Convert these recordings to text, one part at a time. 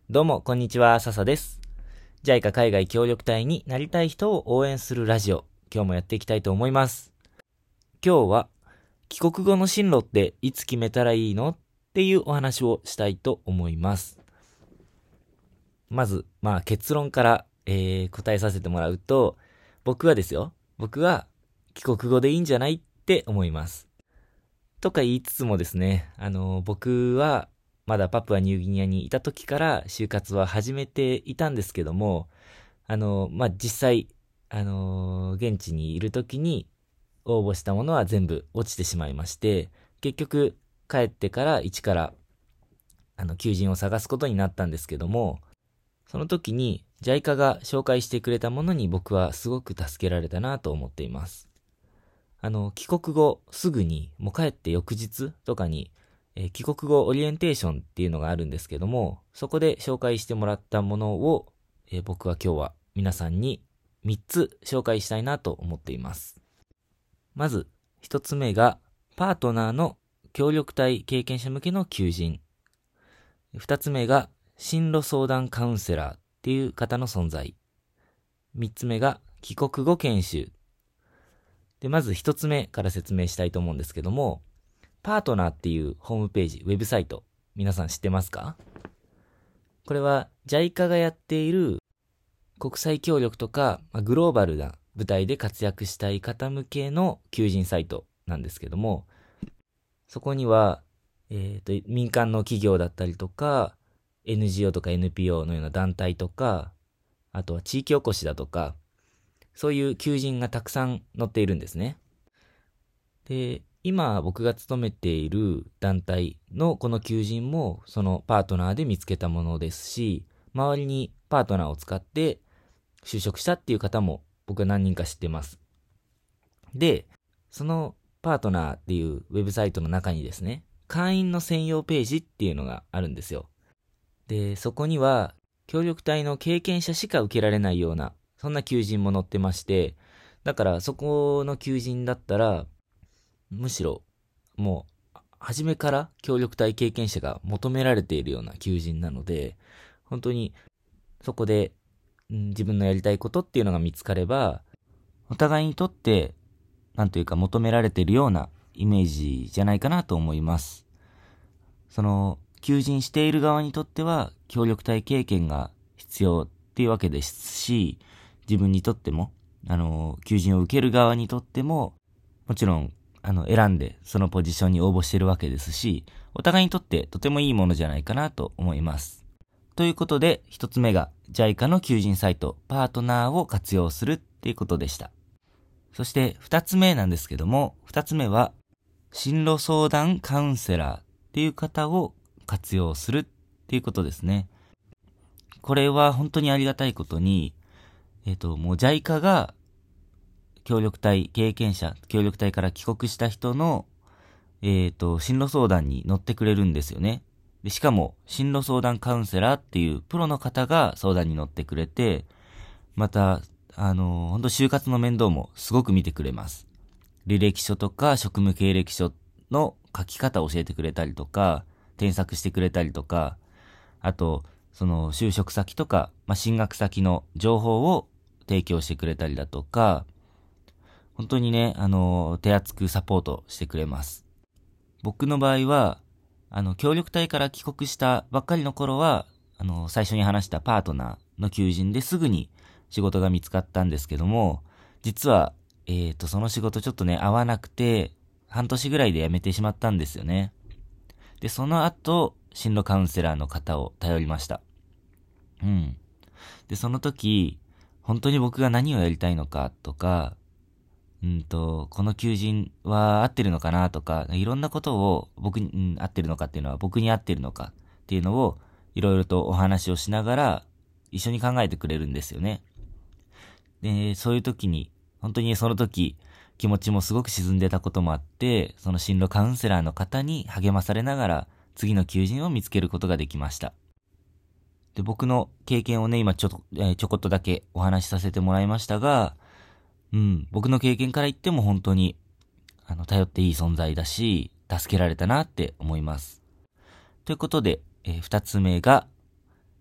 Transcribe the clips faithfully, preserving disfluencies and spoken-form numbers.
どうも、こんにちは、笹です。ジャイカ 海外協力隊になりたい人を応援するラジオ、今日もやっていきたいと思います。今日は、帰国後の進路っていつ決めたらいいのっていうお話をしたいと思います。まず、まあ結論から、えー、答えさせてもらうと、僕はですよ、僕は帰国後でいいんじゃないって思います。とか言いつつもですね、あのー僕は、まだパプアニューギニアにいた時から就活は始めていたんですけども、あの、まあ、実際、あのー現地にいる時に応募したものは全部落ちてしまいまして、結局帰ってから一からあの求人を探すことになったんですけども、その時に ジャイカ が紹介してくれたものに僕はすごく助けられたなと思っています。あの、帰国後すぐに、もう帰って翌日とかに、えー帰国後オリエンテーションっていうのがあるんですけども、そこで紹介してもらったものを、えー僕は今日は皆さんにみっつ紹介したいなと思っています。まず、ひとつめが、パートナーの協力隊経験者向けの求人。ふたつめが、進路相談カウンセラーっていう方の存在。みっつめが、帰国後研修。で、まずひとつめから説明したいと思うんですけども、パートナーっていうホームページ、ウェブサイト、皆さん知ってますか？これは ジャイカ がやっている国際協力とか、まあ、グローバルな舞台で活躍したい方向けの求人サイトなんですけども、そこには、えっと、民間の企業だったりとか、エヌジーオー とか エヌピーオー のような団体とか、あとは地域おこしだとか、そういう求人がたくさん載っているんですね。で、今僕が勤めている団体のこの求人もそのパートナーで見つけたものですし、周りにパートナーを使って就職したっていう方も僕は何人か知ってます。で、そのパートナーっていうウェブサイトの中にですね、会員の専用ページっていうのがあるんですよ。で、そこには協力隊の経験者しか受けられないような、そんな求人も載ってまして、だからそこの求人だったら、むしろもう初めから協力隊経験者が求められているような求人なので、本当にそこで、うん、自分のやりたいことっていうのが見つかれば、お互いにとってなんというか求められているようなイメージじゃないかなと思います。その求人している側にとっては協力隊経験が必要っていうわけですし、自分にとってもあの求人を受ける側にとってももちろんあの選んでそのポジションに応募しているわけですし、お互いにとってとてもいいものじゃないかなと思います。ということで一つ目が ジャイカ の求人サイトパートナーを活用するっていうことでした。そして二つ目なんですけども、二つ目は進路相談カウンセラーっていう方を活用するっていうことですね。これは本当にありがたいことに、えっと、もう ジャイカ が協力隊経験者、協力隊から帰国した人の、えっと、進路相談に乗ってくれるんですよね。で、しかも、進路相談カウンセラーっていうプロの方が相談に乗ってくれて、また、あの、本当就活の面倒もすごく見てくれます。履歴書とか職務経歴書の書き方を教えてくれたりとか、添削してくれたりとか、あと、その就職先とか、まあ、進学先の情報を提供してくれたりだとか、本当にね、あの、手厚くサポートしてくれます。僕の場合は、あの、協力隊から帰国したばっかりの頃は、あの、最初に話したパートナーの求人ですぐに仕事が見つかったんですけども、実は、えっと、その仕事ちょっとね、合わなくて、半年ぐらいで辞めてしまったんですよね。で、その後、進路カウンセラーの方を頼りました。うん。で、その時、本当に僕が何をやりたいのかとか、うんと、この求人は合ってるのかなとか、いろんなことを僕に、うん、合ってるのかっていうのは僕に合ってるのかっていうのをいろいろとお話をしながら一緒に考えてくれるんですよね。で、そういう時に、本当にその時気持ちもすごく沈んでたこともあって、その進路カウンセラーの方に励まされながら次の求人を見つけることができました。で、僕の経験をね、今ちょっと、えーちょこっとだけお話しさせてもらいましたが、うん、僕の経験から言っても本当に、あの、頼っていい存在だし、助けられたなって思います。ということで、えー二つ目が、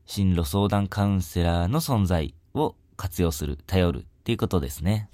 進路相談カウンセラーの存在を活用する、頼るっていうことですね。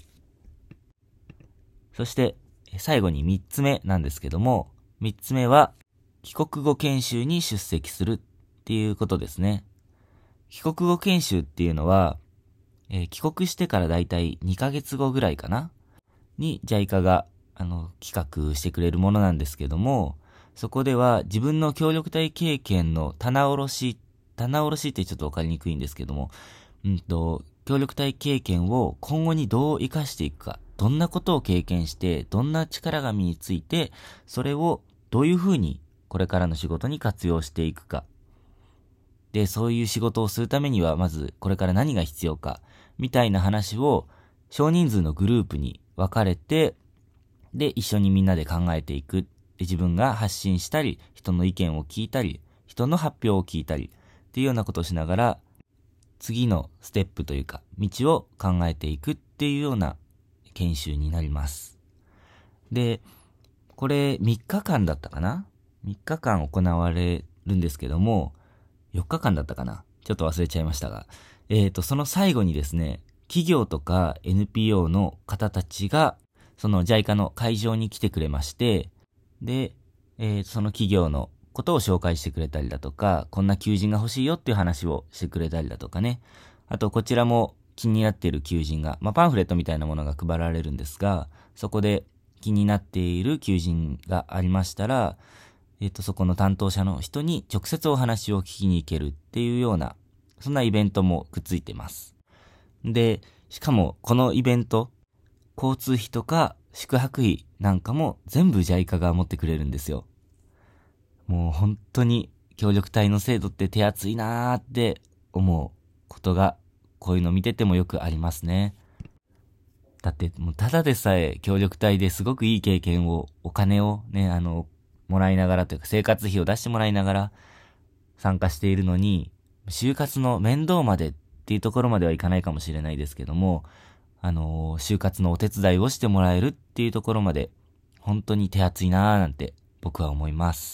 そして、最後に三つ目なんですけども、三つ目は、帰国後研修に出席するっていうことですね。帰国後研修っていうのは、えー、帰国してからだいたいにかげつごぐらいかなに ジャイカ が、あの、企画してくれるものなんですけども、そこでは自分の協力隊経験の棚卸し、棚卸しってちょっとわかりにくいんですけども、うんと、協力隊経験を今後にどう活かしていくか、どんなことを経験して、どんな力が身について、それをどういうふうにこれからの仕事に活用していくか。で、そういう仕事をするためには、まずこれから何が必要か、みたいな話を少人数のグループに分かれて、で、一緒にみんなで考えていく。で、自分が発信したり、人の意見を聞いたり、人の発表を聞いたり、っていうようなことをしながら、次のステップというか、道を考えていくっていうような研修になります。で、これみっかかんだったかな ?みっ 日間行われるんですけども、よっかかんだったかなちょっと忘れちゃいましたが、えーと、その最後にですね、企業とか エヌピーオー の方たちが、その ジャイカ の会場に来てくれまして、で、えーと、その企業のことを紹介してくれたりだとか、こんな求人が欲しいよっていう話をしてくれたりだとかね。あと、こちらも気になっている求人が、まあ、パンフレットみたいなものが配られるんですが、そこで気になっている求人がありましたら、えっと、そこの担当者の人に直接お話を聞きに行けるっていうような、そんなイベントもくっついてます。で、しかもこのイベント、交通費とか宿泊費なんかも全部 ジャイカ が持ってくれるんですよ。もう本当に協力隊の制度って手厚いなーって思うことが、こういうの見ててもよくありますね。だってもうただでさえ協力隊ですごくいい経験を、お金をね、あの、もらいながらというか生活費を出してもらいながら参加しているのに、就活の面倒までっていうところまではいかないかもしれないですけども、あのー、就活のお手伝いをしてもらえるっていうところまで本当に手厚いなーなんて僕は思います。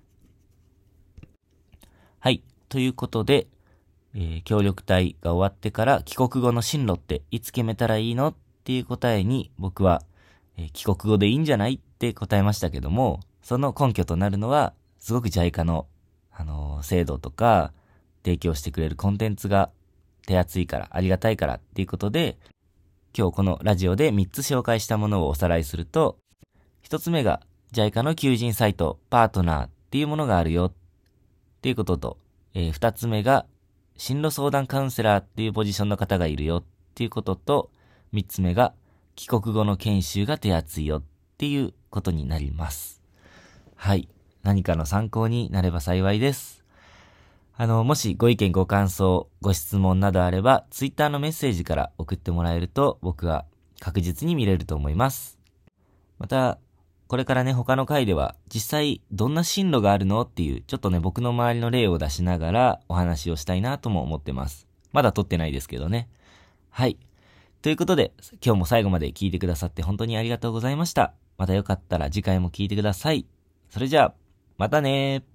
はい。ということで、えー、協力隊が終わってから帰国後の進路っていつ決めたらいいのっていう答えに僕は、えー、帰国後でいいんじゃないって答えましたけども、その根拠となるのはすごく ジャイカ の、あのー、制度とか提供してくれるコンテンツが手厚いからありがたいからっていうことで、今日このラジオでみっつ紹介したものをおさらいすると、ひとつめが ジャイカ の求人サイトパートナーっていうものがあるよっていうことと、えー、ふたつめが進路相談カウンセラーっていうポジションの方がいるよっていうことと、みっつめが帰国後の研修が手厚いよっていうことになります。はい。何かの参考になれば幸いです。あの、もしご意見ご感想、ご質問などあれば、ツイッターのメッセージから送ってもらえると僕は確実に見れると思います。また、これからね、他の回では実際どんな進路があるのっていう、ちょっとね、僕の周りの例を出しながらお話をしたいなとも思ってます。まだ撮ってないですけどね。はい。ということで、今日も最後まで聞いてくださって本当にありがとうございました。またよかったら次回も聞いてください。それじゃあ、またねー。